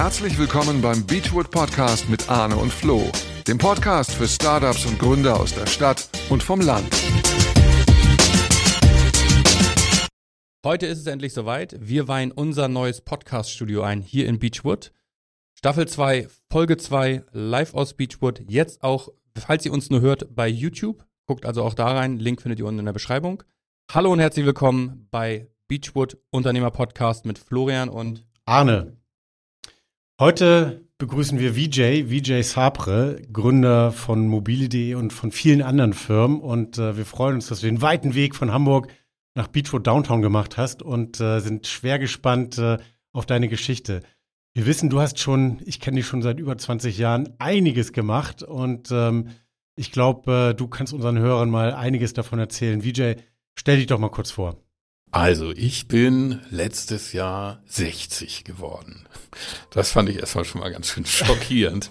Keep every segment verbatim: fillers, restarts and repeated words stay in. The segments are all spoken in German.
Herzlich willkommen beim Beachwood Podcast mit Arne und Flo, dem Podcast für Startups und Gründer aus der Stadt und vom Land. Heute ist es endlich soweit. Wir weihen unser neues Podcast-Studio ein, hier in Beachwood. Staffel zwei, Folge zwei, live aus Beachwood. Jetzt auch, falls ihr uns nur hört, bei YouTube. Guckt also auch da rein. Link findet ihr unten in der Beschreibung. Hallo und herzlich willkommen bei Beachwood Unternehmer Podcast mit Florian und Arne. Heute begrüßen wir Vijay, Vijay Sabre, Gründer von mobile punkt de und von vielen anderen Firmen. Und äh, wir freuen uns, dass du den weiten Weg von Hamburg nach Beachwood Downtown gemacht hast und äh, sind schwer gespannt äh, auf deine Geschichte. Wir wissen, du hast schon, ich kenne dich schon seit über zwanzig Jahren, einiges gemacht. Und ähm, ich glaube, äh, du kannst unseren Hörern mal einiges davon erzählen. Vijay, stell dich doch mal kurz vor. Also, ich bin letztes Jahr sechzig geworden. Das fand ich erstmal schon mal ganz schön schockierend.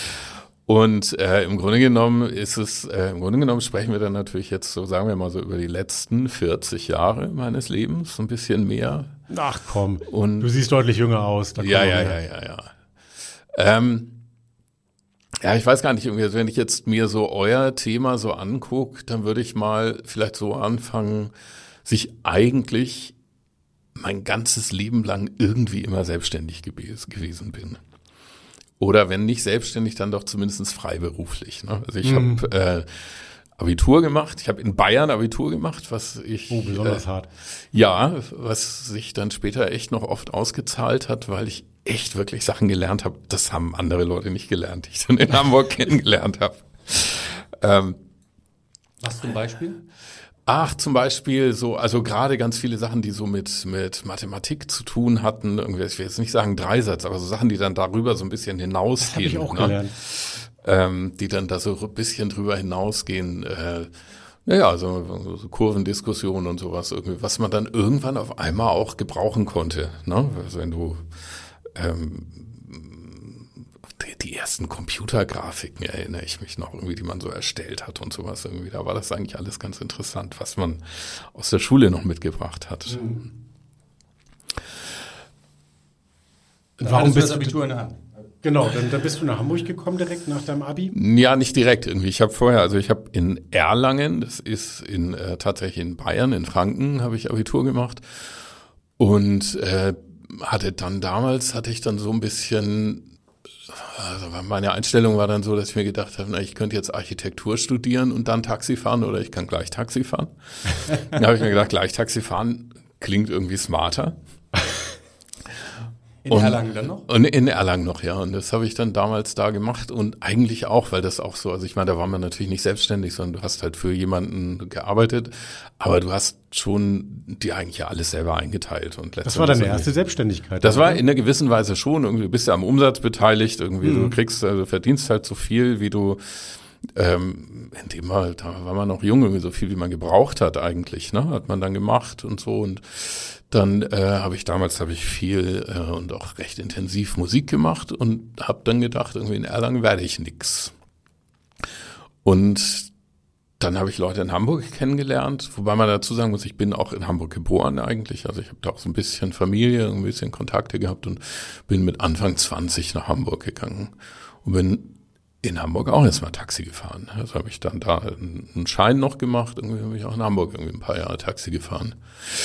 Und äh, im Grunde genommen ist es, äh, im Grunde genommen sprechen wir dann natürlich jetzt so, sagen wir mal so, über die letzten vierzig Jahre meines Lebens, so ein bisschen mehr. Ach komm, und du siehst deutlich jünger aus. Da ja, ja, ja, ja, ja, ja. Ähm, ja, ich weiß gar nicht, irgendwie, wenn ich jetzt mir so euer Thema so angucke, dann würde ich mal vielleicht so anfangen, sich eigentlich mein ganzes Leben lang irgendwie immer selbstständig gewesen bin. Oder wenn nicht selbstständig, dann doch zumindest freiberuflich. Ne? Also ich mhm. habe äh, Abitur gemacht. Ich habe in Bayern Abitur gemacht, was ich oh, besonders äh, hart. Ja, was sich dann später echt noch oft ausgezahlt hat, weil ich echt wirklich Sachen gelernt habe. Das haben andere Leute nicht gelernt, die ich dann in Hamburg kennengelernt habe. Ähm, was zum Beispiel? Ach, zum Beispiel so, also gerade ganz viele Sachen, die so mit mit Mathematik zu tun hatten, irgendwie, ich will jetzt nicht sagen Dreisatz, aber so Sachen, die dann darüber so ein bisschen hinausgehen. Das habe ich auch ne? gelernt. Ähm, die dann da so ein bisschen drüber hinausgehen. Äh, naja, so, so Kurvendiskussionen und sowas irgendwie, was man dann irgendwann auf einmal auch gebrauchen konnte. Ne? Also wenn du ähm, die ersten Computergrafiken erinnere ich mich noch irgendwie, die man so erstellt hat und sowas irgendwie. Da war das eigentlich alles ganz interessant, was man aus der Schule noch mitgebracht hat. Mhm. Warum bist du das Abitur in der Hand? Genau, dann, dann bist du nach Hamburg gekommen direkt nach deinem Abi? Ja, nicht direkt irgendwie. Ich habe vorher, also ich habe in Erlangen, das ist in äh, tatsächlich in Bayern, in Franken, habe ich Abitur gemacht und äh, hatte dann damals, hatte ich dann so ein bisschen Also meine Einstellung war dann so, dass ich mir gedacht habe, na, ich könnte jetzt Architektur studieren und dann Taxi fahren oder ich kann gleich Taxi fahren. Dann habe ich mir gedacht, gleich Taxi fahren klingt irgendwie smarter. In und, Erlangen dann noch? Und in Erlangen noch, ja. Und das habe ich dann damals da gemacht und eigentlich auch, weil das auch so, also ich meine, da war man natürlich nicht selbstständig, sondern du hast halt für jemanden gearbeitet, aber du hast schon dir eigentlich ja alles selber eingeteilt. Und das war deine erste Selbstständigkeit? Das oder? war in einer gewissen Weise schon, irgendwie, du bist ja am Umsatz beteiligt, irgendwie, mhm. du kriegst, also verdienst halt so viel, wie du, ähm, in dem Mal, da war man noch jung, irgendwie so viel, wie man gebraucht hat eigentlich, ne, hat man dann gemacht und so und dann äh, habe ich damals habe ich viel äh, und auch recht intensiv Musik gemacht und habe dann gedacht, irgendwie in Erlangen werde ich nix. Und dann habe ich Leute in Hamburg kennengelernt, wobei man dazu sagen muss, ich bin auch in Hamburg geboren eigentlich. Also ich habe da auch so ein bisschen Familie, ein bisschen Kontakte gehabt und bin mit Anfang zwanzig nach Hamburg gegangen und bin in Hamburg auch erstmal Taxi gefahren. Also habe ich dann da einen Schein noch gemacht, irgendwie habe ich auch in Hamburg irgendwie ein paar Jahre Taxi gefahren.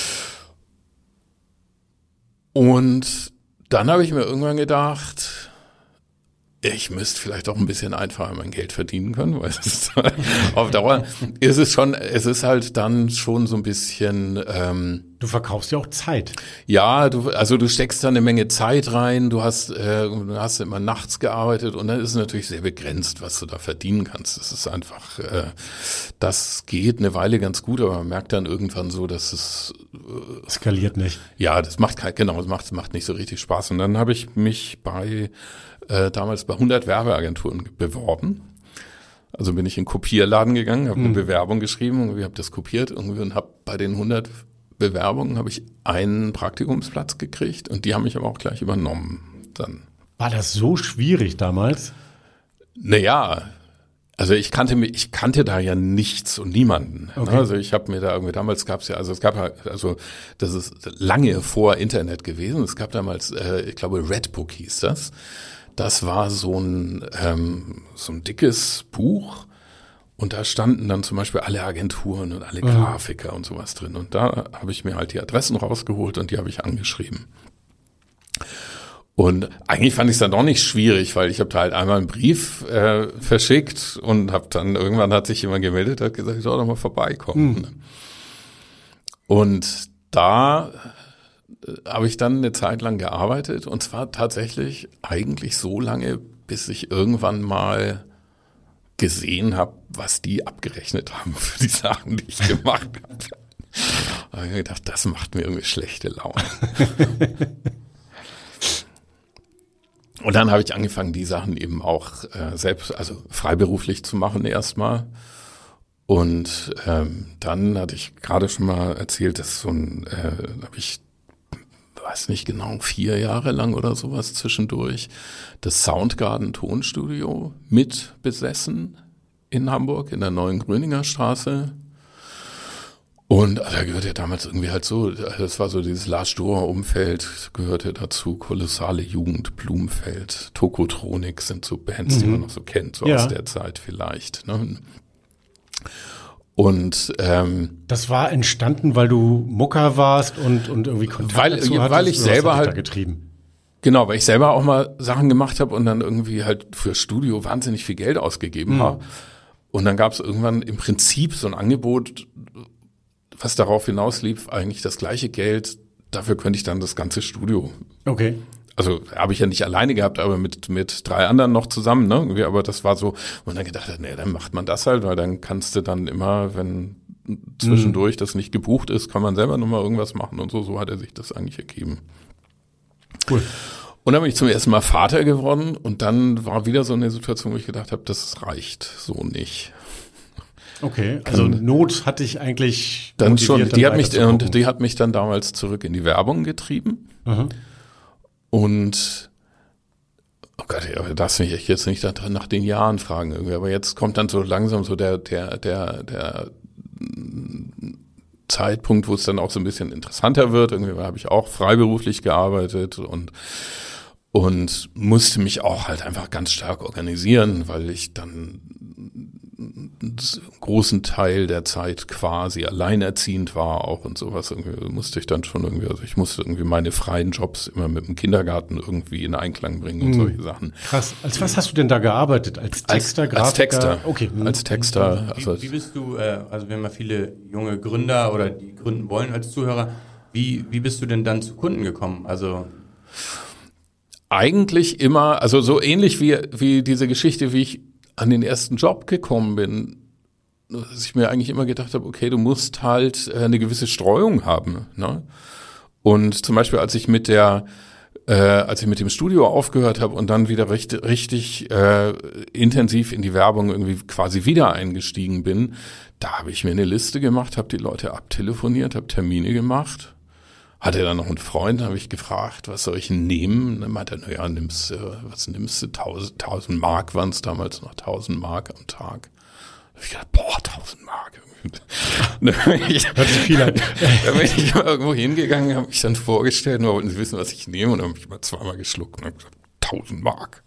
Und dann habe ich mir irgendwann gedacht, ich müsste vielleicht auch ein bisschen einfacher mein Geld verdienen können, weil es ist, auf Dauer ist es schon, es ist halt dann schon so ein bisschen. Ähm, du verkaufst ja auch Zeit. Ja, du, also du steckst da eine Menge Zeit rein. Du hast, äh, du hast immer nachts gearbeitet und dann ist es natürlich sehr begrenzt, was du da verdienen kannst. Das ist einfach, äh, das geht eine Weile ganz gut, aber man merkt dann irgendwann so, dass es äh, skaliert nicht. Ja, das macht kein, genau, das macht, macht nicht so richtig Spaß. Und dann habe ich mich bei Äh, damals bei hundert Werbeagenturen beworben. Also bin ich in den Kopierladen gegangen, habe eine mhm. Bewerbung geschrieben und habe das kopiert irgendwie und habe bei den hundert Bewerbungen habe ich einen Praktikumsplatz gekriegt und die haben mich aber auch gleich übernommen. Dann. War das so schwierig damals? Naja, Also ich kannte mich, ich kannte da ja nichts und niemanden. Okay. Also ich habe mir da irgendwie, damals gab es ja, also es gab ja, also das ist lange vor Internet gewesen. Es gab damals, äh, ich glaube, Redbook hieß das. Das war so ein ähm, so ein dickes Buch und da standen dann zum Beispiel alle Agenturen und alle Grafiker mhm. und sowas drin. Und da habe ich mir halt die Adressen rausgeholt und die habe ich angeschrieben. Und eigentlich fand ich es dann doch nicht schwierig, weil ich habe da halt einmal einen Brief äh, verschickt und habe dann, irgendwann hat sich jemand gemeldet, hat gesagt, ich soll doch mal vorbeikommen. Mhm. Und da äh, habe ich dann eine Zeit lang gearbeitet und zwar tatsächlich eigentlich so lange, bis ich irgendwann mal gesehen habe, was die abgerechnet haben für die Sachen, die ich gemacht habe. Da habe ich mir gedacht, das macht mir irgendwie schlechte Laune. Und dann habe ich angefangen, die Sachen eben auch äh, selbst, also freiberuflich zu machen erstmal. Und ähm, dann hatte ich gerade schon mal erzählt, dass so ein, äh, habe ich, weiß nicht genau, vier Jahre lang oder sowas zwischendurch, das Soundgarden Tonstudio mit besessen in Hamburg, in der Neuen Gröninger Straße. Und da gehörte ja damals irgendwie halt so, das war so dieses Lars Storer-Umfeld, gehörte dazu, kolossale Jugend, Blumfeld, Tokotronik sind so Bands, mhm. die man noch so kennt, so ja. aus der Zeit vielleicht. Ne? Und ähm, das war entstanden, weil du Mucker warst und und irgendwie Kontakt weil, dazu weil hattest, weil ich selber halt getrieben. Genau, weil ich selber auch mal Sachen gemacht habe und dann irgendwie halt für Studio wahnsinnig viel Geld ausgegeben mhm. habe. Und dann gab es irgendwann im Prinzip so ein Angebot, was darauf hinauslief, eigentlich das gleiche Geld, dafür könnte ich dann das ganze Studio. Okay. Also habe ich ja nicht alleine gehabt, aber mit mit drei anderen noch zusammen, ne? Irgendwie, aber das war so, und dann gedacht, nee, dann macht man das halt, weil dann kannst du dann immer, wenn zwischendurch mhm. das nicht gebucht ist, kann man selber nochmal irgendwas machen und so, so hat er sich das eigentlich ergeben. Cool. Und dann bin ich zum ersten Mal Vater geworden und dann war wieder so eine Situation, wo ich gedacht habe, das reicht so nicht. Okay, also Kann, Not hatte ich eigentlich dann schon. Die hat mich und die hat mich dann damals zurück in die Werbung getrieben. Mhm. Und oh Gott, ich darf mich jetzt nicht nach den Jahren fragen irgendwie, aber jetzt kommt dann so langsam so der der der der Zeitpunkt, wo es dann auch so ein bisschen interessanter wird. Irgendwie habe ich auch freiberuflich gearbeitet und und musste mich auch halt einfach ganz stark organisieren, weil ich dann einen großen Teil der Zeit quasi alleinerziehend war auch und sowas. Irgendwie musste ich dann schon irgendwie, also ich musste irgendwie meine freien Jobs immer mit dem Kindergarten irgendwie in Einklang bringen und mhm. solche Sachen. Krass. Als was hast du denn da gearbeitet? Als Texter, als, Grafiker? Als Texter. Okay. Als Texter. Wie, also wie bist du, äh, also wir haben ja viele junge Gründer oder die gründen wollen als Zuhörer. Wie, wie bist du denn dann zu Kunden gekommen? Also eigentlich immer, also so ähnlich wie, wie diese Geschichte, wie ich an den ersten Job gekommen bin, dass ich mir eigentlich immer gedacht habe, okay, du musst halt eine gewisse Streuung haben. Ne? Und zum Beispiel, als ich mit der, äh, als ich mit dem Studio aufgehört habe und dann wieder richtig, richtig äh, intensiv in die Werbung irgendwie quasi wieder eingestiegen bin, da habe ich mir eine Liste gemacht, habe die Leute abtelefoniert, habe Termine gemacht. Hatte dann noch einen Freund, habe ich gefragt, was soll ich nehmen? Dann meinte er, naja, nimmst, äh, was nimmst du? Tausend, tausend Mark waren es damals noch, tausend Mark am Tag. Da habe ich gedacht, boah, tausend Mark. Dann bin ich, dann bin ich mal irgendwo hingegangen, habe mich dann vorgestellt, nur wollten sie wissen, was ich nehme, und dann habe ich mal zweimal geschluckt und habe gesagt, tausend Mark.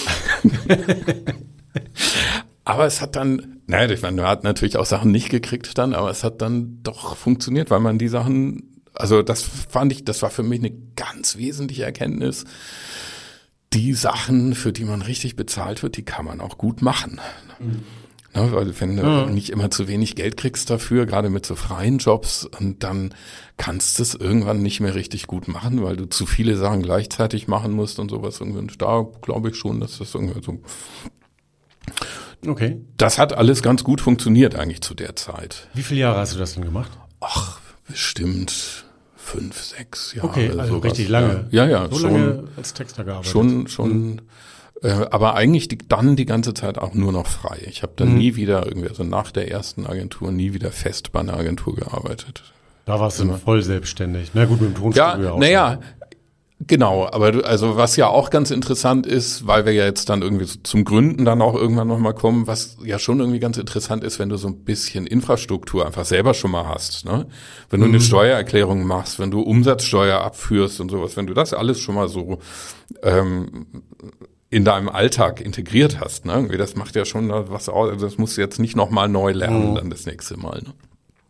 Aber es hat dann, naja, ich meine, man hat natürlich auch Sachen nicht gekriegt dann, aber es hat dann doch funktioniert, weil man die Sachen, also das fand ich, das war für mich eine ganz wesentliche Erkenntnis. Die Sachen, für die man richtig bezahlt wird, die kann man auch gut machen. Mhm. Ne, weil wenn du ja. nicht immer zu wenig Geld kriegst dafür, gerade mit so freien Jobs, und dann kannst du es irgendwann nicht mehr richtig gut machen, weil du zu viele Sachen gleichzeitig machen musst und sowas. Und da glaube ich schon, dass das irgendwie so. Okay. Das hat alles ganz gut funktioniert eigentlich zu der Zeit. Wie viele Jahre hast du das denn gemacht? Ach, bestimmt fünf, sechs Jahre. Okay, also sowas. Richtig lange. Ja, ja, so schon. Lange als Texter gearbeitet. Schon, schon. Mhm. Äh, aber eigentlich die, dann die ganze Zeit auch nur noch frei. Ich habe dann mhm. nie wieder irgendwie, also nach der ersten Agentur, nie wieder fest bei einer Agentur gearbeitet. Da warst du voll selbstständig. Na gut, mit dem Tonstudio ja, auch. Naja, Genau, aber du, also was ja auch ganz interessant ist, weil wir ja jetzt dann irgendwie so zum Gründen dann auch irgendwann nochmal kommen, was ja schon irgendwie ganz interessant ist, wenn du so ein bisschen Infrastruktur einfach selber schon mal hast, ne? Wenn du mhm. eine Steuererklärung machst, wenn du Umsatzsteuer abführst und sowas, wenn du das alles schon mal so ähm, in deinem Alltag integriert hast, ne? Irgendwie, das macht ja schon was aus, also das musst du jetzt nicht nochmal neu lernen mhm. dann das nächste Mal, ne?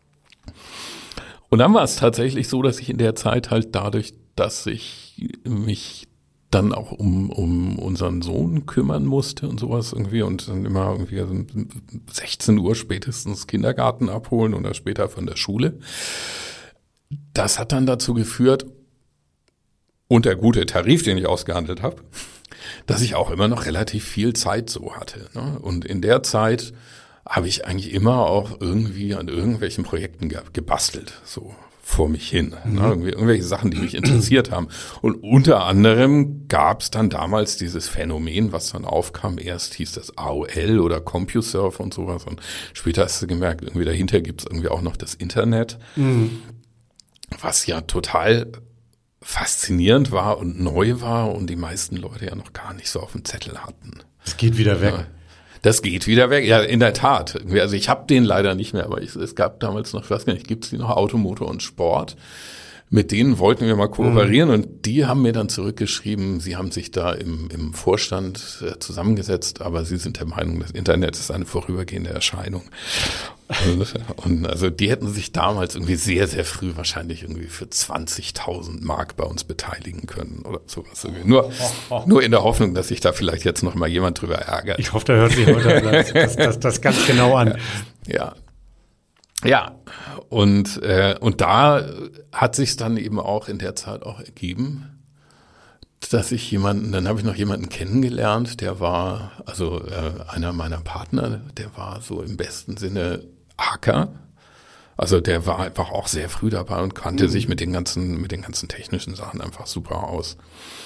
Und dann war es tatsächlich so, dass ich in der Zeit halt dadurch, dass ich mich dann auch um, um unseren Sohn kümmern musste und sowas irgendwie und dann immer irgendwie sechzehn Uhr spätestens Kindergarten abholen oder später von der Schule. Das hat dann dazu geführt, und der gute Tarif, den ich ausgehandelt habe, dass ich auch immer noch relativ viel Zeit so hatte, ne? Und in der Zeit habe ich eigentlich immer auch irgendwie an irgendwelchen Projekten ge- gebastelt, so vor mich hin. Mhm. Ne? Irgendwie, irgendwelche Sachen, die mich interessiert haben. Und unter anderem gab es dann damals dieses Phänomen, was dann aufkam. Erst hieß das A O L oder CompuServe und sowas. Und später hast du gemerkt, irgendwie dahinter gibt es irgendwie auch noch das Internet, mhm. was ja total faszinierend war und neu war und die meisten Leute ja noch gar nicht so auf dem Zettel hatten. Es geht wieder weg. Ja. Das geht wieder weg. Ja, in der Tat. Also ich habe den leider nicht mehr, aber ich, es gab damals noch, ich weiß gar nicht, gibt es die noch, Auto, Motor und Sport. Mit denen wollten wir mal kooperieren mhm. und die haben mir dann zurückgeschrieben, sie haben sich da im, im Vorstand äh, zusammengesetzt, aber sie sind der Meinung, das Internet ist eine vorübergehende Erscheinung. Und, und also die hätten sich damals irgendwie sehr, sehr früh wahrscheinlich irgendwie für zwanzigtausend Mark bei uns beteiligen können oder sowas. Nur, oh, oh. nur in der Hoffnung, dass sich da vielleicht jetzt noch mal jemand drüber ärgert. Ich hoffe, da hört sich heute das, das, das, das ganz genau an. Ja. Ja, und äh, und da hat sich dann eben auch in der Zeit auch ergeben, dass ich jemanden, dann habe ich noch jemanden kennengelernt, der war, also äh, einer meiner Partner, der war so im besten Sinne Hacker. Also der war einfach auch sehr früh dabei und kannte mhm. sich mit den ganzen mit den ganzen technischen Sachen einfach super aus.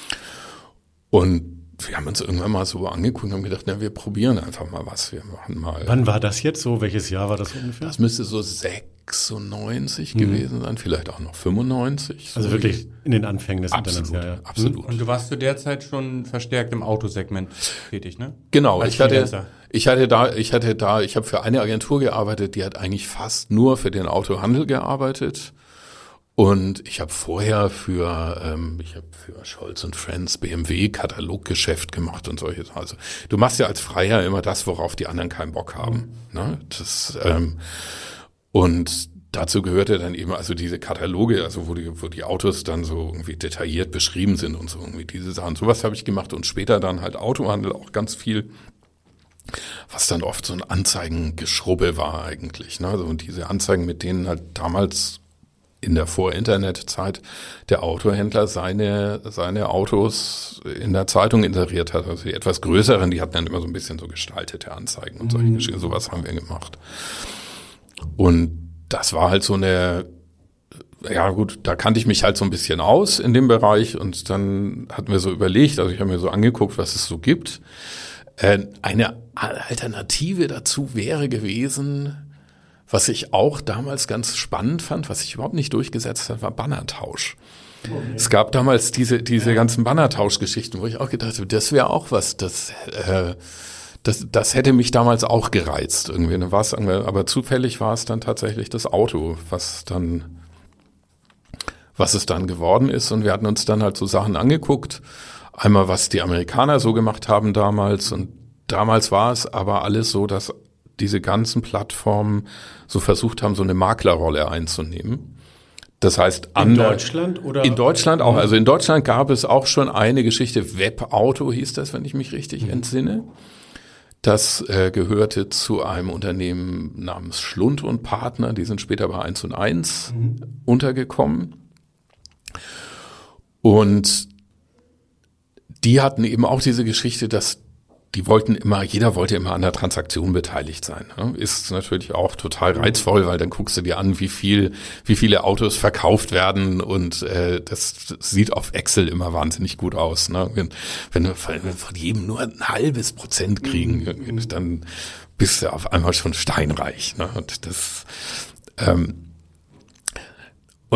Und wir haben uns irgendwann mal so angeguckt und haben gedacht, na, wir probieren einfach mal was. Wir machen mal. Wann war das jetzt so? Welches Jahr war das ungefähr? Das müsste so sechsundneunzig mhm. gewesen sein, vielleicht auch noch fünfundneunzig. Also so wirklich in den Anfängen des absolut, Internets. Ja, ja. Absolut. Und du warst zu der Zeit schon verstärkt im Autosegment tätig, ne? Genau. Als ich hatte, ich hatte da, ich hatte da, ich habe für eine Agentur gearbeitet, die hat eigentlich fast nur für den Autohandel gearbeitet. Und ich habe vorher für ähm, ich habe für Scholz und Friends B M W Kataloggeschäft gemacht und solche Sachen. Also du machst ja als Freier immer das, worauf die anderen keinen Bock haben. Mhm. Ne? Das ähm, und dazu gehörte dann eben also diese Kataloge, also wo die wo die Autos dann so irgendwie detailliert beschrieben sind und so irgendwie diese Sachen. Sowas habe ich gemacht und später dann halt Autohandel auch ganz viel, was dann oft so ein Anzeigengeschrubbe war eigentlich. Ne? Also und diese Anzeigen, mit denen halt damals in der Vor-Internet-Zeit der Autohändler seine seine Autos in der Zeitung inseriert hat. Also die etwas größeren, die hatten dann immer so ein bisschen so gestaltete Anzeigen und solche mhm. Geschichten. Sowas haben wir gemacht. Und das war halt so eine, ja gut, da kannte ich mich halt so ein bisschen aus in dem Bereich und dann hatten wir so überlegt, also ich habe mir so angeguckt, was es so gibt. Äh, eine Alternative dazu wäre gewesen, was ich auch damals ganz spannend fand, was sich überhaupt nicht durchgesetzt hat, war Bannertausch. Okay. Es gab damals diese diese ganzen Bannertauschgeschichten, wo ich auch gedacht habe, das wäre auch was, das äh, das das hätte mich damals auch gereizt irgendwie. Dann war es, aber zufällig war es dann tatsächlich das Auto, was dann was es dann geworden ist. Und wir hatten uns dann halt so Sachen angeguckt. Einmal, was die Amerikaner so gemacht haben damals. Und damals war es aber alles so, dass diese ganzen Plattformen so versucht haben, so eine Maklerrolle einzunehmen. Das heißt, in Deutschland oder? In Deutschland auch. Also in Deutschland gab es auch schon eine Geschichte, Webauto hieß das, wenn ich mich richtig mhm. entsinne. Das äh, gehörte zu einem Unternehmen namens Schlund und Partner. Die sind später bei eins und eins mhm. untergekommen. Und die hatten eben auch diese Geschichte, dass die wollten immer, jeder wollte immer an der Transaktion beteiligt sein. Ist natürlich auch total reizvoll, weil dann guckst du dir an, wie viel, wie viele Autos verkauft werden und äh, das sieht auf Excel immer wahnsinnig gut aus. Ne? Wenn, wenn wir von jedem nur ein halbes Prozent kriegen, mhm. dann bist du auf einmal schon steinreich. Ne? Und das ähm, und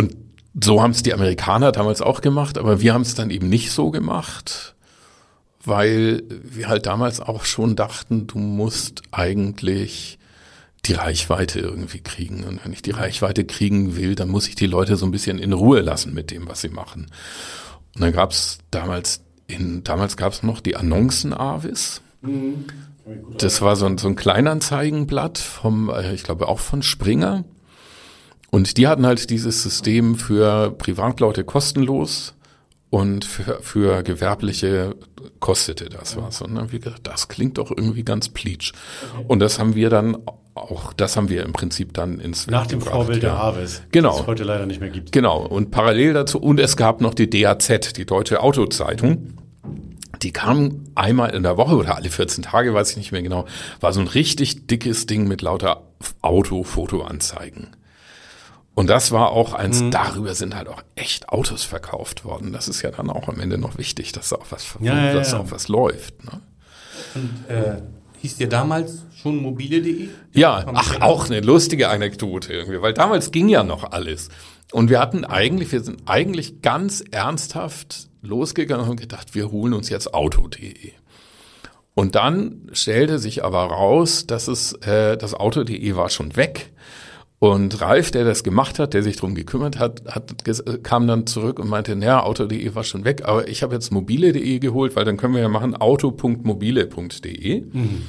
so haben es die Amerikaner damals auch gemacht, aber wir haben es dann eben nicht so gemacht, weil wir halt damals auch schon dachten, du musst eigentlich die Reichweite irgendwie kriegen. Und wenn ich die Reichweite kriegen will, dann muss ich die Leute so ein bisschen in Ruhe lassen mit dem, was sie machen. Und dann gab es damals, in, damals gab es noch die Annoncen-Avis. Mhm. Das war so ein, so ein Kleinanzeigenblatt vom, ich glaube auch von Springer. Und die hatten halt dieses System für Privatleute kostenlos und für, für Gewerbliche kostete das was. Und dann haben wir gedacht, das klingt doch irgendwie ganz pleatsch. Okay. Und das haben wir dann auch, das haben wir im Prinzip dann ins Nach dem gebracht, Vorbild ja. der Avis, genau. das es heute leider nicht mehr gibt. Genau. Und parallel dazu, und es gab noch die D A Z, die Deutsche Autozeitung. Die kam einmal in der Woche oder alle vierzehn Tage, weiß ich nicht mehr genau, war so ein richtig dickes Ding mit lauter Auto-Foto-Anzeigen. Und das war auch eins, mhm. darüber sind halt auch echt Autos verkauft worden. Das ist ja dann auch am Ende noch wichtig, dass da auch was, ja, ja, dass ja. auch was läuft. Ne? Und äh, hieß dir damals schon mobile punkt de? Ja, ach, auch eine lustige Anekdote irgendwie, weil damals ging ja noch alles. Und wir hatten eigentlich, wir sind eigentlich ganz ernsthaft losgegangen und gedacht, wir holen uns jetzt auto punkt de. Und dann stellte sich aber raus, dass es äh, das auto punkt de war schon weg. Und Ralf, der das gemacht hat, der sich drum gekümmert hat, hat kam dann zurück und meinte, naja, auto punkt de war schon weg, aber ich habe jetzt mobile punkt de geholt, weil dann können wir ja machen auto punkt mobile punkt de. Mhm.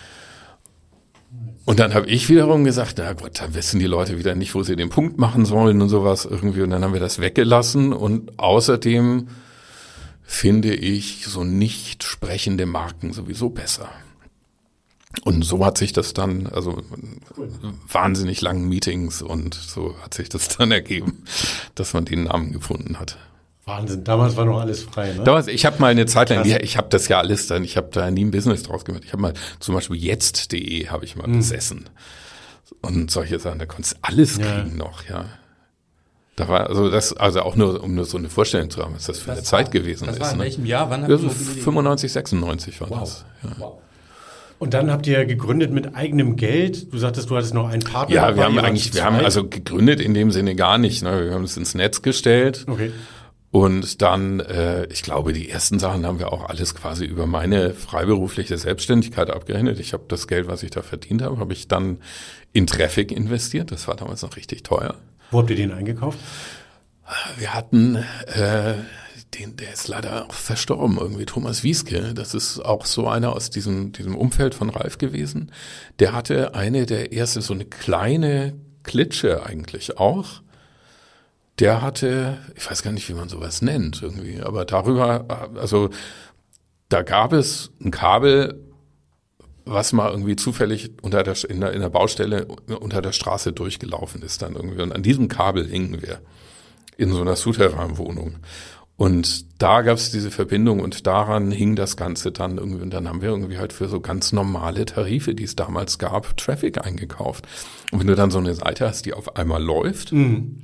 Und dann habe ich wiederum gesagt, na gut, dann wissen die Leute wieder nicht, wo sie den Punkt machen sollen und sowas irgendwie. Und dann haben wir das weggelassen. Und außerdem finde ich so nicht sprechende Marken sowieso besser. Und so hat sich das dann, also cool. wahnsinnig langen Meetings und so hat sich das dann ergeben, dass man den Namen gefunden hat. Wahnsinn, damals war noch alles frei, ne? Damals, ich habe mal eine Zeit lang, Krass. ich habe das ja alles dann, ich habe da nie ein Business draus gemacht. Ich habe mal zum Beispiel jetzt punkt de habe ich mal mhm. besessen. Und solche Sachen, da konntest du alles kriegen ja. noch, ja. Da war, also das, also auch nur, um nur so eine Vorstellung zu haben, was das für das eine war, Zeit gewesen das ist. Das war in ne? welchem Jahr? Wann ja, so fünfundneunzig, sechsundneunzig war wow. das. Ja. Wow. Und dann habt ihr gegründet mit eigenem Geld. Du sagtest, du hattest noch einen Partner. Ja, wir haben eigentlich, wir haben also gegründet in dem Sinne gar nicht. Ne? Wir haben es ins Netz gestellt. Okay. Und dann, äh, ich glaube, die ersten Sachen haben wir auch alles quasi über meine freiberufliche Selbstständigkeit abgerechnet. Ich habe das Geld, was ich da verdient habe, habe ich dann in Traffic investiert. Das war damals noch richtig teuer. Wo habt ihr den eingekauft? Wir hatten, äh, den, der ist leider auch verstorben irgendwie, Thomas Wieske. Das ist auch so einer aus diesem, diesem Umfeld von Ralf gewesen. Der hatte eine der erste, so eine kleine Klitsche eigentlich auch. Der hatte, ich weiß gar nicht, wie man sowas nennt irgendwie, aber darüber, also da gab es ein Kabel, was mal irgendwie zufällig unter der, in der, in der Baustelle unter der Straße durchgelaufen ist dann irgendwie. Und an diesem Kabel hingen wir in so einer Souterrain-Wohnung. Und da gab es diese Verbindung und daran hing das Ganze dann irgendwie. Und dann haben wir irgendwie halt für so ganz normale Tarife, die es damals gab, Traffic eingekauft. Und wenn du dann so eine Seite hast, die auf einmal läuft, mhm.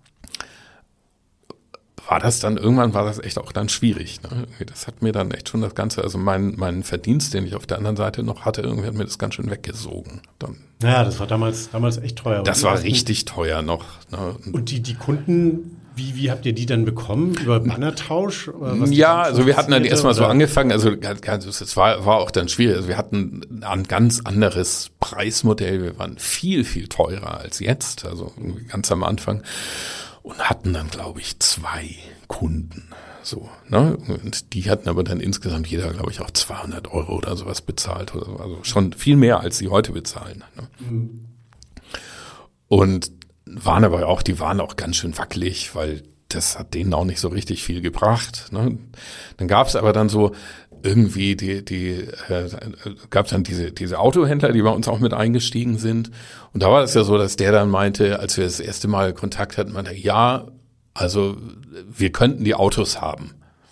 war das dann, irgendwann war das echt auch dann schwierig. Ne? Das hat mir dann echt schon das Ganze, also mein, mein Verdienst, den ich auf der anderen Seite noch hatte, irgendwie hat mir das ganz schön weggesogen. Dann. Ja, das war damals, damals echt teuer. Das war richtig teuer noch. Ne? Und die, die Kunden, wie, wie habt ihr die dann bekommen? Über Bannertausch? Oder was ja, also wir hatten dann erstmal so angefangen, also es war, war auch dann schwierig. Also wir hatten ein ganz anderes Preismodell. Wir waren viel, viel teurer als jetzt, also ganz am Anfang. Und hatten dann, glaube ich, zwei Kunden, so, ne? Und die hatten aber dann insgesamt jeder, glaube ich, auch zweihundert Euro oder sowas bezahlt, oder so. Also schon viel mehr, als sie heute bezahlen. Ne? Mhm. Und waren aber auch, die waren auch ganz schön wackelig, weil das hat denen auch nicht so richtig viel gebracht. Ne? Dann gab es aber dann so irgendwie die, die äh, gab es dann diese diese Autohändler, die bei uns auch mit eingestiegen sind. Und da war es ja so, dass der dann meinte, als wir das erste Mal Kontakt hatten, meinte, ja, also wir könnten die Autos haben.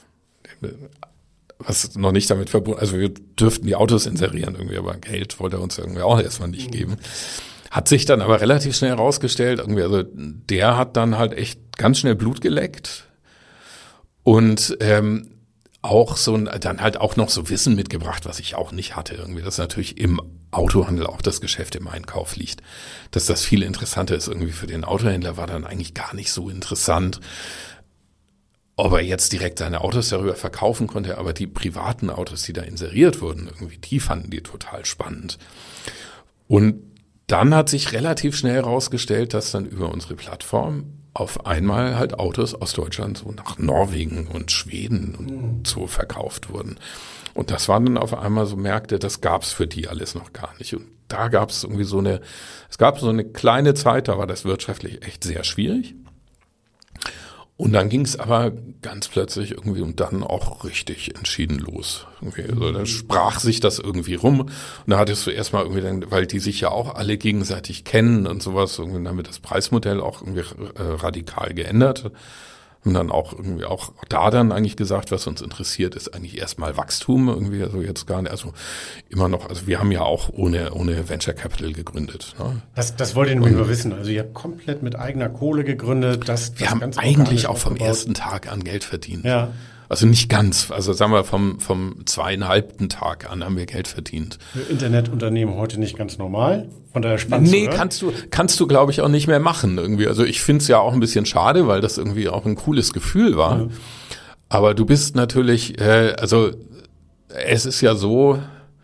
Was noch nicht damit verbunden, also wir dürften die Autos inserieren irgendwie, aber Geld wollte er uns irgendwie auch erstmal nicht geben. Hat sich dann aber relativ schnell herausgestellt, irgendwie, also der hat dann halt echt ganz schnell Blut geleckt und ähm, auch so ein, dann halt auch noch so Wissen mitgebracht, was ich auch nicht hatte irgendwie. Das ist natürlich im Autohandel auch das Geschäft im Einkauf liegt. Dass das viel interessanter ist irgendwie für den Autohändler, war dann eigentlich gar nicht so interessant, ob er jetzt direkt seine Autos darüber verkaufen konnte, aber die privaten Autos, die da inseriert wurden, irgendwie, die fanden die total spannend. Und dann hat sich relativ schnell herausgestellt, dass dann über unsere Plattform auf einmal halt Autos aus Deutschland so nach Norwegen und Schweden und so verkauft wurden. Und das waren dann auf einmal so Märkte, das gab's für die alles noch gar nicht. Und da gab's irgendwie so eine, es gab so eine kleine Zeit, da war das wirtschaftlich echt sehr schwierig. Und dann ging's aber ganz plötzlich irgendwie und dann auch richtig entschieden los. Irgendwie, also da sprach sich das irgendwie rum. Und da hattest du erstmal irgendwie dann, weil die sich ja auch alle gegenseitig kennen und sowas, irgendwie damit das Preismodell auch irgendwie äh, radikal geändert. Und dann auch irgendwie auch da dann eigentlich gesagt, was uns interessiert, ist eigentlich erstmal Wachstum irgendwie, also jetzt gar nicht, also immer noch, also wir haben ja auch ohne ohne Venture Capital gegründet. Ne? Das, das wollte ich nur mal wissen. Also ihr habt komplett mit eigener Kohle gegründet. Das, wir das haben ganz eigentlich auch vom aufgebaut. ersten Tag an Geld verdient. Ja. Also nicht ganz, also sagen wir vom vom zweieinhalbten Tag an haben wir Geld verdient. Für Internetunternehmen heute nicht ganz normal. Von daher spannend. Nee, zu hören. kannst du, kannst du, glaube ich, auch nicht mehr machen irgendwie. Also ich finde es ja auch ein bisschen schade, weil das irgendwie auch ein cooles Gefühl war. Ja. Aber du bist natürlich, äh, also es ist ja so,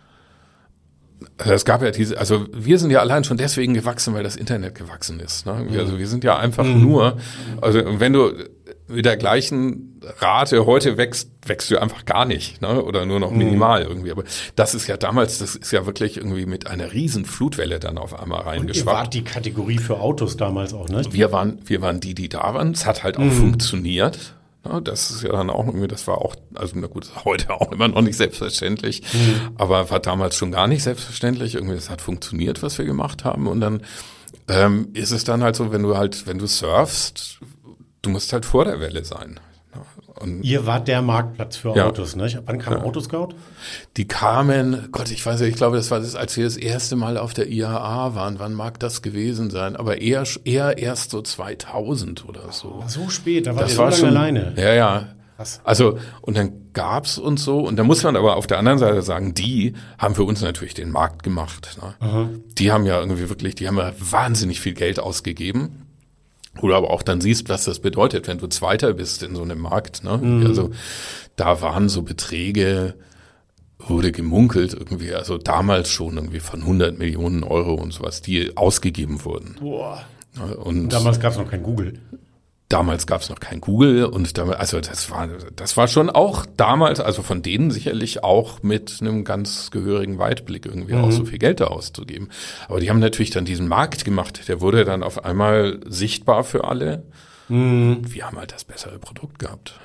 es gab ja diese, also wir sind ja allein schon deswegen gewachsen, weil das Internet gewachsen ist. Ne? Also wir sind ja einfach mhm. nur, also wenn du mit der gleichen Rate heute wächst, wächst du einfach gar nicht, ne? Oder nur noch minimal mhm. irgendwie. Aber das ist ja damals, das ist ja wirklich irgendwie mit einer riesen Flutwelle dann auf einmal reingeschwappt. Und ihr wart die Kategorie für Autos damals auch, ne? Wir waren, wir waren die, die da waren. Es hat halt auch mhm. funktioniert. Ja, das ist ja dann auch irgendwie, das war auch, also na gut, heute auch immer noch nicht selbstverständlich, mhm. aber war damals schon gar nicht selbstverständlich. Irgendwie, das hat funktioniert, was wir gemacht haben. Und dann ähm, ist es dann halt so, wenn du halt, wenn du surfst, du musst halt vor der Welle sein. Und ihr wart der Marktplatz für ja. Autos, ne? Wann kam ja. Autoscout? Die kamen, Gott, ich weiß nicht, ich glaube, das war das, als wir das erste Mal auf der I A A waren. Wann mag das gewesen sein? Aber eher, eher erst so zweitausend oder so. So spät, da war das ihr war so lange schon, alleine. Ja, ja. Krass. Also, und dann gab's uns so, und da muss man aber auf der anderen Seite sagen, die haben für uns natürlich den Markt gemacht. Ne? Die haben ja irgendwie wirklich, die haben ja wahnsinnig viel Geld ausgegeben. Oder aber auch dann siehst, was das bedeutet, wenn du Zweiter bist in so einem Markt. Ne? Mhm. Also da waren so Beträge, wurde gemunkelt irgendwie, also damals schon irgendwie von hundert Millionen Euro und sowas, die ausgegeben wurden. Boah. Und, und damals gab es noch kein Google. Damals gab es noch kein Google und damals, also das war, das war schon auch damals, also von denen sicherlich auch mit einem ganz gehörigen Weitblick irgendwie mhm. auch so viel Geld da auszugeben. Aber die haben natürlich dann diesen Markt gemacht, der wurde dann auf einmal sichtbar für alle. Mhm. Wir haben halt das bessere Produkt gehabt.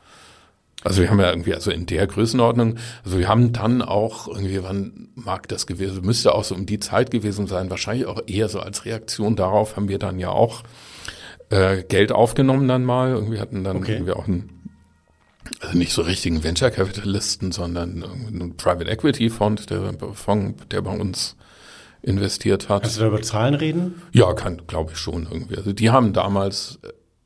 Also wir haben ja irgendwie, also in der Größenordnung, also wir haben dann auch irgendwie, wann mag das gewesen, müsste auch so um die Zeit gewesen sein, wahrscheinlich auch eher so als Reaktion darauf haben wir dann ja auch Äh, Geld aufgenommen dann mal. Irgendwie hatten dann okay. irgendwie auch einen, also nicht so richtigen Venture Capitalisten, sondern einen Private Equity Fond, der, Fonds, der bei uns investiert hat. Kannst du da über Zahlen reden? Ja, kann, glaube ich schon irgendwie. Also die haben damals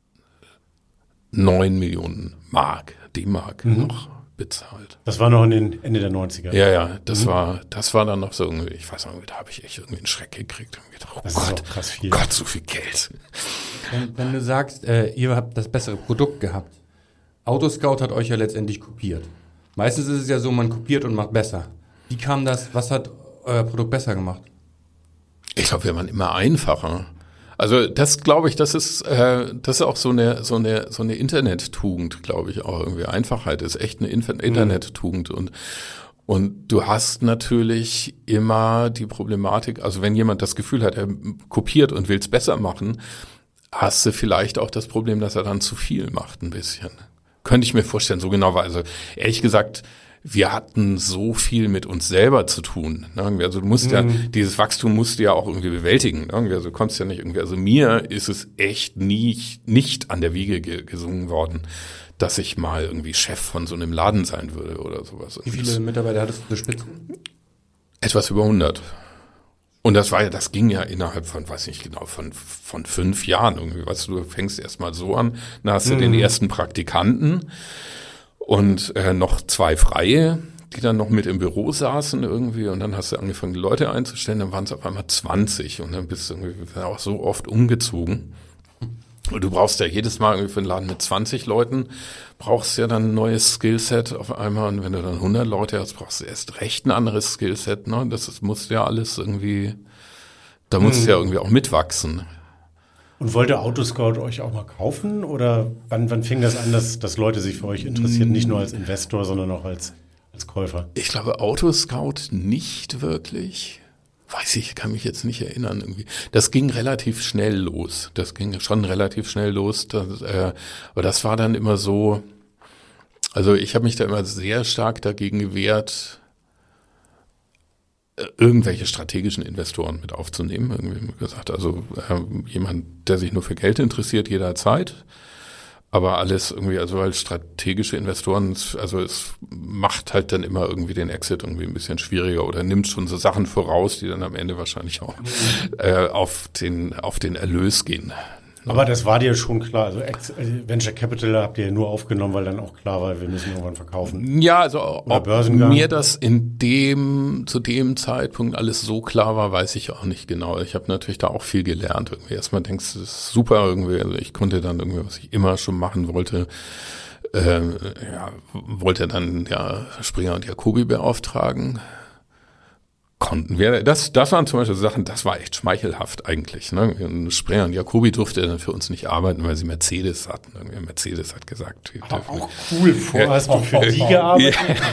neun Millionen Mark, D-Mark mhm. noch bezahlt. Das war noch in den Ende der neunziger. Ja, ja, das mhm. war, das war dann noch so irgendwie, ich weiß nicht, da habe ich echt irgendwie einen Schreck gekriegt und gedacht, oh das Gott, ist auch krass viel. Gott, so viel Geld. Wenn, wenn du sagst, äh, ihr habt das bessere Produkt gehabt, Autoscout hat euch ja letztendlich kopiert. Meistens ist es ja so, man kopiert und macht besser. Wie kam das, was hat euer Produkt besser gemacht? Ich glaube, wir waren immer einfacher. Also das glaube ich, das ist äh, das ist auch so eine so eine so eine Internet-Tugend, glaube ich auch irgendwie. Einfachheit ist echt eine Inf- Internet-Tugend und und du hast natürlich immer die Problematik, also wenn jemand das Gefühl hat, er kopiert und will es besser machen, hast du vielleicht auch das Problem, dass er dann zu viel macht ein bisschen. Könnte ich mir vorstellen, so genau war. Also ehrlich gesagt, wir hatten so viel mit uns selber zu tun. Also du musst mhm. ja, dieses Wachstum musst du ja auch irgendwie bewältigen. Also du kommst ja nicht irgendwie, also mir ist es echt nie, nicht an der Wiege ge- gesungen worden, dass ich mal irgendwie Chef von so einem Laden sein würde oder sowas. Wie viele Mitarbeiter hattest du zur Spitze? Etwas über hundert. Und das war ja, das ging ja innerhalb von, weiß nicht genau, von, von fünf Jahren irgendwie. Weißt du, du fängst erst mal so an, dann hast du mhm. den ersten Praktikanten und äh, noch zwei Freie, die dann noch mit im Büro saßen irgendwie und dann hast du angefangen, die Leute einzustellen, dann waren es auf einmal zwanzig und dann bist du irgendwie auch so oft umgezogen. Und du brauchst ja jedes Mal irgendwie für einen Laden mit zwanzig Leuten, brauchst ja dann ein neues Skillset auf einmal und wenn du dann hundert Leute hast, brauchst du erst recht ein anderes Skillset, ne? Das ist, muss ja alles irgendwie, da muss hm. ja irgendwie auch mitwachsen. Und wollte Autoscout euch auch mal kaufen oder wann, wann fing das an, dass, dass Leute sich für euch interessieren, nicht nur als Investor, sondern auch als, als Käufer? Ich glaube Autoscout nicht wirklich. Weiß ich, kann mich jetzt nicht erinnern irgendwie. Das ging relativ schnell los. Das ging schon relativ schnell los. Das, äh, aber das war dann immer so, also ich habe mich da immer sehr stark dagegen gewehrt, irgendwelche strategischen Investoren mit aufzunehmen. Irgendwie gesagt, also äh, jemand, der sich nur für Geld interessiert, jederzeit. Aber alles irgendwie, also als strategische Investoren, also es macht halt dann immer irgendwie den Exit irgendwie ein bisschen schwieriger oder nimmt schon so Sachen voraus, die dann am Ende wahrscheinlich auch äh, auf den auf den Erlös gehen. Aber das war dir schon klar, also Venture Capital habt ihr ja nur aufgenommen, weil dann auch klar war, wir müssen irgendwann verkaufen. Ja, also ob mir das in dem, zu dem Zeitpunkt alles so klar war, weiß ich auch nicht genau. Ich habe natürlich da auch viel gelernt. Irgendwie erstmal denkst du, das ist super irgendwie, also ich konnte dann irgendwie, was ich immer schon machen wollte, äh, ja, wollte dann ja Springer und Jacobi beauftragen. Konnten wir, das, das waren zum Beispiel Sachen, das war echt schmeichelhaft eigentlich, ne? Springer und Jacobi durfte dann für uns nicht arbeiten, weil sie Mercedes hatten. Irgendwie Mercedes hat gesagt, aber auch cool, vorher hast du für die gearbeitet.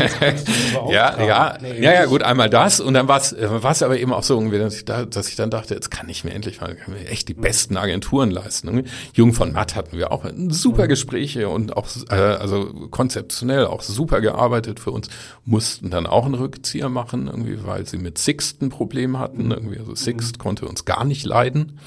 Ja, ja, nee, ja, ja, gut, einmal das und dann war es, war es aber eben auch so irgendwie, dass ich da, dass ich dann dachte, jetzt kann ich mir endlich mal echt die besten Agenturen leisten. Irgendwie. Jung von Matt hatten wir auch super Gespräche und auch, äh, also konzeptionell auch super gearbeitet für uns, mussten dann auch einen Rückzieher machen, irgendwie, weil sie mit Sixt ein Problem hatten. Irgendwie, also Sixt mhm. konnte uns gar nicht leiden,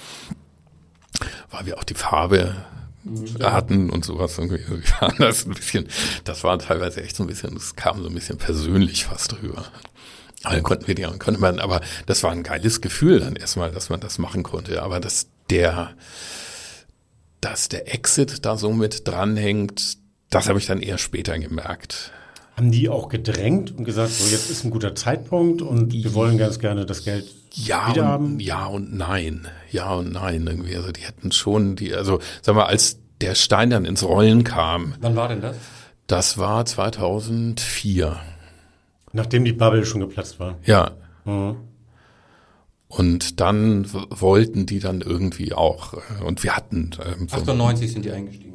weil wir auch die Farbe ja. hatten und sowas. Irgendwie waren das ein bisschen, das war teilweise echt so ein bisschen, das kam so ein bisschen persönlich fast drüber. Aber dann konnten wir die, konnte man, aber das war ein geiles Gefühl dann erstmal, dass man das machen konnte. Aber dass der, dass der Exit da so mit dranhängt, das habe ich dann eher später gemerkt. Haben die auch gedrängt und gesagt, so jetzt ist ein guter Zeitpunkt und wir wollen ganz gerne das Geld ja wieder und, haben? Ja und nein. Ja und nein. Irgendwie. Also die hätten schon die, also sagen wir, als der Stein dann ins Rollen kam. Wann war denn das? Das war zweitausendvier. Nachdem die Bubble schon geplatzt war. Ja. Mhm. Und dann w- wollten die dann irgendwie auch, und wir hatten. Ähm, achtundneunzig sind die eingestiegen.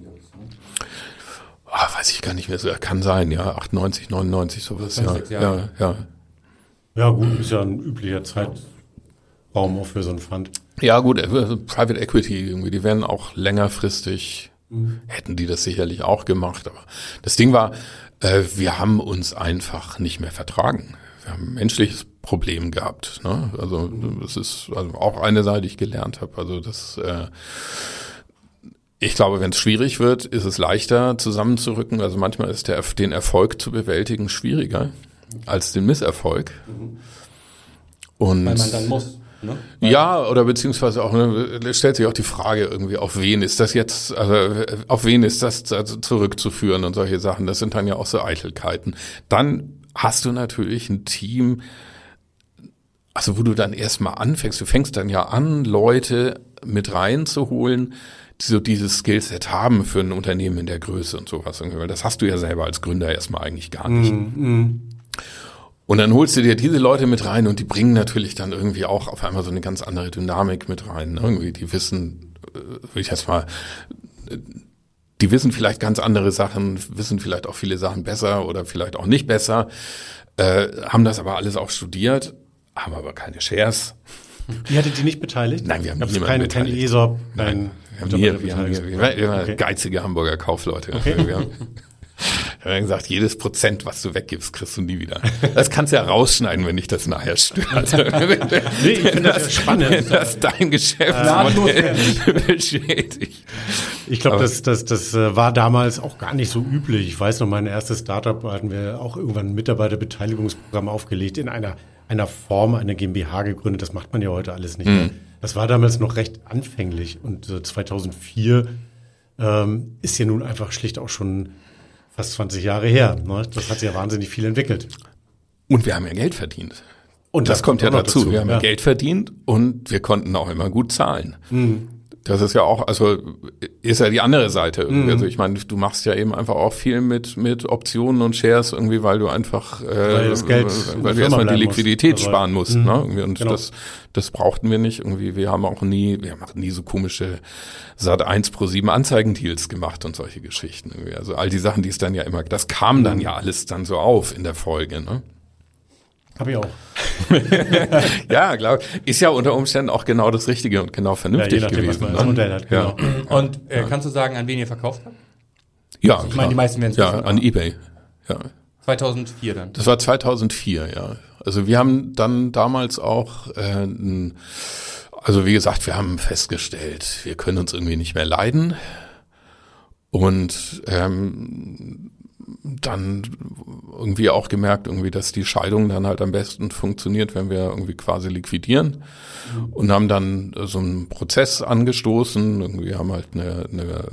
Ah, weiß ich gar nicht mehr so, kann sein, ja, achtundneunzig, neunundneunzig, sowas, ja, ja, ja. Ja, gut, ist ja ein üblicher Zeitraum auch für so ein Fund. Ja, gut, also Private Equity irgendwie, die werden auch längerfristig, mhm. hätten die das sicherlich auch gemacht, aber das Ding war, äh, wir haben uns einfach nicht mehr vertragen. Wir haben ein menschliches Problem gehabt, ne? Also, das ist also auch eine Sache, die ich gelernt habe, also das, äh, ich glaube, wenn es schwierig wird, ist es leichter zusammenzurücken. Also manchmal ist der, den Erfolg zu bewältigen schwieriger als den Misserfolg. Und weil man dann muss. Ne? Ja, oder beziehungsweise auch, ne, stellt sich auch die Frage irgendwie, auf wen ist das jetzt, also auf wen ist das also zurückzuführen und solche Sachen. Das sind dann ja auch so Eitelkeiten. Dann hast du natürlich ein Team, also wo du dann erstmal anfängst. Du fängst dann ja an, Leute mit reinzuholen, die so dieses Skillset haben für ein Unternehmen in der Größe und sowas. Weil das hast du ja selber als Gründer erstmal eigentlich gar nicht. Mm, Und dann holst du dir diese Leute mit rein und die bringen natürlich dann irgendwie auch auf einmal so eine ganz andere Dynamik mit rein. Irgendwie, die wissen, will ich jetzt mal, die wissen vielleicht ganz andere Sachen, wissen vielleicht auch viele Sachen besser oder vielleicht auch nicht besser, äh, haben das aber alles auch studiert, haben aber keine Shares. Ihr hattet die nicht beteiligt? Nein, wir haben niemanden keine, beteiligt. Kein E S O P, nein. Wir haben nie, wir haben, wir waren immer okay. geizige Hamburger Kaufleute. Okay. Wir haben, wir haben gesagt, jedes Prozent, was du weggibst, kriegst du nie wieder. Das kannst du ja rausschneiden, wenn dich das nachher stört. Nee, ich finde das ja spannend. Wenn das dein Geschäftsmodell beschädigt. Ich glaube, das, das, das war damals auch gar nicht so üblich. Ich weiß noch, mein erstes Startup hatten wir auch irgendwann ein Mitarbeiterbeteiligungsprogramm aufgelegt in einer einer Form, eine GmbH gegründet. Das macht man ja heute alles nicht mehr. Mhm. Das war damals noch recht anfänglich. Und äh, zweitausendvier ähm, ist ja nun einfach schlicht auch schon fast zwanzig Jahre her. Ne? Das hat sich ja wahnsinnig viel entwickelt. Und wir haben ja Geld verdient. Und das, das kommt ja dazu. dazu. Wir haben ja Geld verdient und wir konnten auch immer gut zahlen. Mhm. Das ist ja auch, also ist ja die andere Seite irgendwie. Mhm. Also ich meine, du machst ja eben einfach auch viel mit mit Optionen und Shares irgendwie, weil du einfach, äh, weil, das Geld weil du erstmal die Liquidität muss. sparen musst. Mhm. Ne? Irgendwie. Und genau. das das brauchten wir nicht. Irgendwie, wir haben auch nie, wir haben auch nie so komische Sat eins Pro sieben Anzeigendeals gemacht und solche Geschichten. Irgendwie. Also all die Sachen, die es dann ja immer, das kam mhm. dann ja alles dann so auf in der Folge. Ne? Hab ich auch. Ja, glaube ich. Ist ja unter Umständen auch genau das Richtige und genau vernünftig ja, gewesen. Was man als Modell hat, genau. Ja. Und äh, ja. kannst du sagen, an wen ihr verkauft habt? Ja, also ich meine, die meisten werden es ja, an eBay. Ja. zweitausendvier dann. Das war zweitausendvier, ja. Also wir haben dann damals auch, äh, also wie gesagt, wir haben festgestellt, wir können uns irgendwie nicht mehr leiden und ähm, dann irgendwie auch gemerkt, irgendwie, dass die Scheidung dann halt am besten funktioniert, wenn wir irgendwie quasi liquidieren mhm. und haben dann so einen Prozess angestoßen. Irgendwie haben halt eine, eine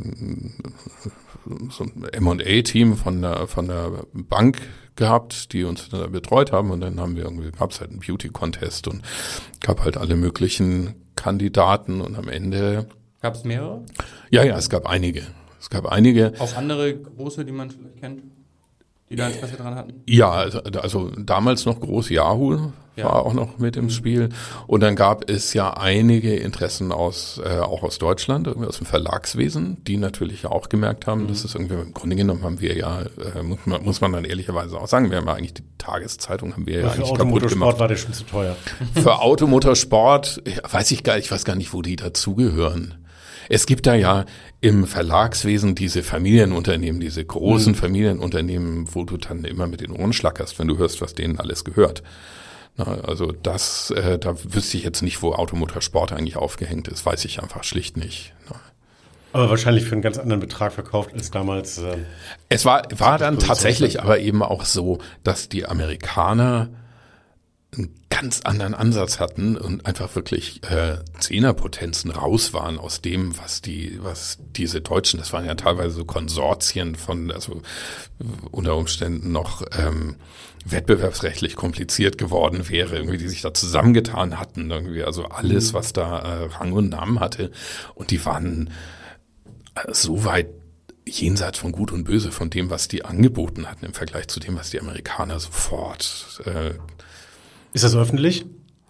so ein M und A-Team von der von der Bank gehabt, die uns da betreut haben und dann haben wir irgendwie gab es halt einen Beauty-Contest und gab halt alle möglichen Kandidaten und am Ende gab es mehrere? Ja, ja, es gab einige. Es gab einige. Auch andere große, die man vielleicht kennt, die da Interesse dran hatten? Ja, also, also damals noch groß Yahoo ja. war auch noch mit im Spiel. Und dann gab es ja einige Interessen aus, äh, auch aus Deutschland, irgendwie aus dem Verlagswesen, die natürlich auch gemerkt haben, mhm. dass es irgendwie, im Grunde genommen haben wir ja, äh, muss, man, muss man dann ehrlicherweise auch sagen, wir haben ja eigentlich die Tageszeitung haben wir ja, ja eigentlich kaputt gemacht. Für Automotorsport war der schon zu teuer. Für Automotorsport, weiß ich gar nicht, ich weiß gar nicht, wo die dazugehören. Es gibt da ja im Verlagswesen diese Familienunternehmen, diese großen mhm. Familienunternehmen, wo du dann immer mit den Ohren schlackerst, wenn du hörst, was denen alles gehört. Na, also das, äh, da wüsste ich jetzt nicht, wo Automotorsport eigentlich aufgehängt ist, weiß ich einfach schlicht nicht. Na. Aber wahrscheinlich für einen ganz anderen Betrag verkauft als damals. Äh, es war, war dann tatsächlich aber eben auch so, dass die Amerikaner einen ganz anderen Ansatz hatten und einfach wirklich äh, Zehnerpotenzen raus waren aus dem, was die, was diese Deutschen, das waren ja teilweise so Konsortien von, also unter Umständen noch ähm, wettbewerbsrechtlich kompliziert geworden wäre, irgendwie, die sich da zusammengetan hatten, irgendwie, also alles, was da äh, Rang und Namen hatte, und die waren äh, so weit jenseits von Gut und Böse von dem, was die angeboten hatten im Vergleich zu dem, was die Amerikaner sofort äh, Ist das öffentlich?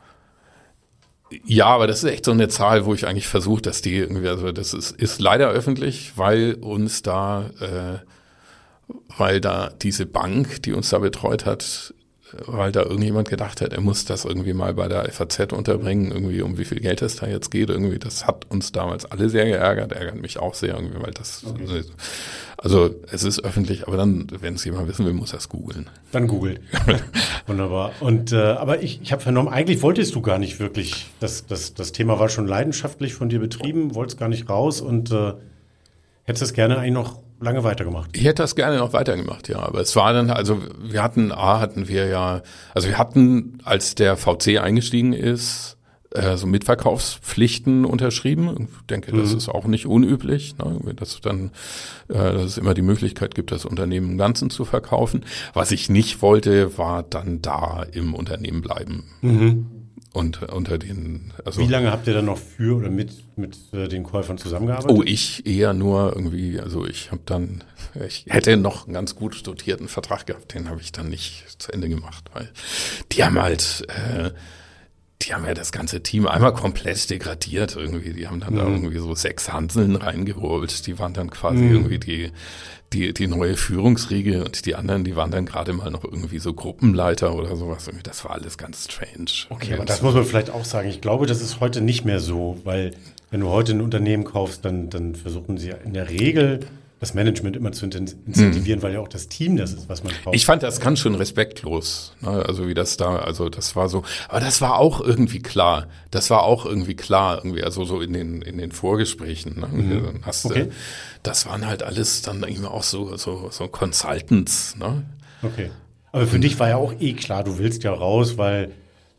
Ja, aber das ist echt so eine Zahl, wo ich eigentlich versuche, dass die irgendwie, also das ist, ist leider öffentlich, weil uns da, äh, weil da diese Bank, die uns da betreut hat, weil da irgendjemand gedacht hat, er muss das irgendwie mal bei der F A Z unterbringen, irgendwie um wie viel Geld es da jetzt geht, irgendwie, das hat uns damals alle sehr geärgert, ärgert mich auch sehr irgendwie, weil das, okay. also es ist öffentlich, aber dann, wenn es jemand wissen will, muss er es googeln. Dann googeln. Wunderbar. Und äh, aber ich, ich habe vernommen, eigentlich wolltest du gar nicht wirklich, das, das, das Thema war schon leidenschaftlich von dir betrieben, wolltest gar nicht raus und äh, hättest es gerne eigentlich noch lange weitergemacht. Ich hätte das gerne noch weitergemacht, ja. Aber es war dann, also wir hatten, A, hatten wir ja, also wir hatten, als der V C eingestiegen ist, äh, so Mitverkaufspflichten unterschrieben. Ich denke, das mhm. ist auch nicht unüblich, ne, dass dann, äh, dass es immer die Möglichkeit gibt, das Unternehmen im Ganzen zu verkaufen. Was ich nicht wollte, war dann da im Unternehmen bleiben. Mhm. Und unter den, also. Wie lange habt ihr dann noch für oder mit mit äh, den Käufern zusammengearbeitet? Oh, ich eher nur irgendwie, also ich habe dann, ich hätte noch einen ganz gut dotierten Vertrag gehabt, den habe ich dann nicht zu Ende gemacht, weil die haben halt, äh, die haben ja das ganze Team einmal komplett degradiert irgendwie. Die haben dann mhm. da irgendwie so sechs Hanseln reingeholt. Die waren dann quasi mhm. irgendwie die, die, die neue Führungsriege, und die anderen, die waren dann gerade mal noch irgendwie so Gruppenleiter oder sowas. Das war alles ganz strange. Okay, aber das muss man vielleicht auch sagen. Ich glaube, das ist heute nicht mehr so, weil wenn du heute ein Unternehmen kaufst, dann, dann versuchen sie ja in der Regel das Management immer zu incentivieren, mhm. weil ja auch das Team das ist, was man braucht. Ich fand das ganz schön respektlos, ne? Also wie das da, also das war so, aber das war auch irgendwie klar. Das war auch irgendwie klar, irgendwie, also so in den in den Vorgesprächen. Ne? Mhm. Dann hast okay. du, das waren halt alles dann irgendwie auch so so so Consultants. Ne? Okay. Aber für mhm. dich war ja auch eh klar, du willst ja raus, weil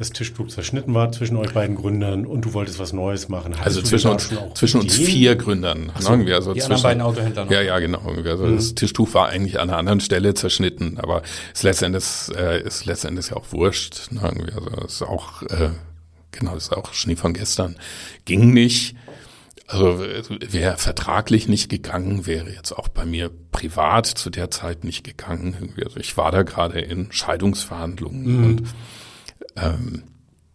das Tischtuch zerschnitten war zwischen euch beiden Gründern und du wolltest was Neues machen. Hattest Also zwischen uns, zwischen uns vier Gründern. So, irgendwie, also die zwischen, anderen beiden Autohändler noch. Ja, ja, genau. Also mhm. Das Tischtuch war eigentlich an einer anderen Stelle zerschnitten, aber ist letztendlich, äh, ist letztendlich ja auch wurscht. Ne? Irgendwie, also ist auch, äh, genau, das ist auch Schnee von gestern. Ging nicht. Also wäre vertraglich nicht gegangen, wäre jetzt auch bei mir privat zu der Zeit nicht gegangen. Irgendwie. Also ich war da gerade in Scheidungsverhandlungen mhm. und ähm,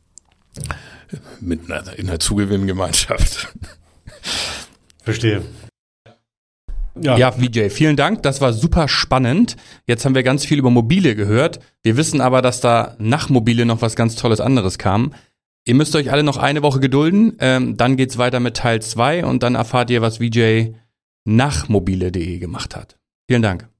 mit einer, in einer Zugewinngemeinschaft. Verstehe. Ja. ja, Vijay, vielen Dank. Das war super spannend. Jetzt haben wir ganz viel über Mobile gehört. Wir wissen aber, dass da nach Mobile noch was ganz Tolles anderes kam. Ihr müsst euch alle noch eine Woche gedulden. Ähm, dann geht's weiter mit Teil zwei und dann erfahrt ihr, was Vijay nach mobile punkt de gemacht hat. Vielen Dank.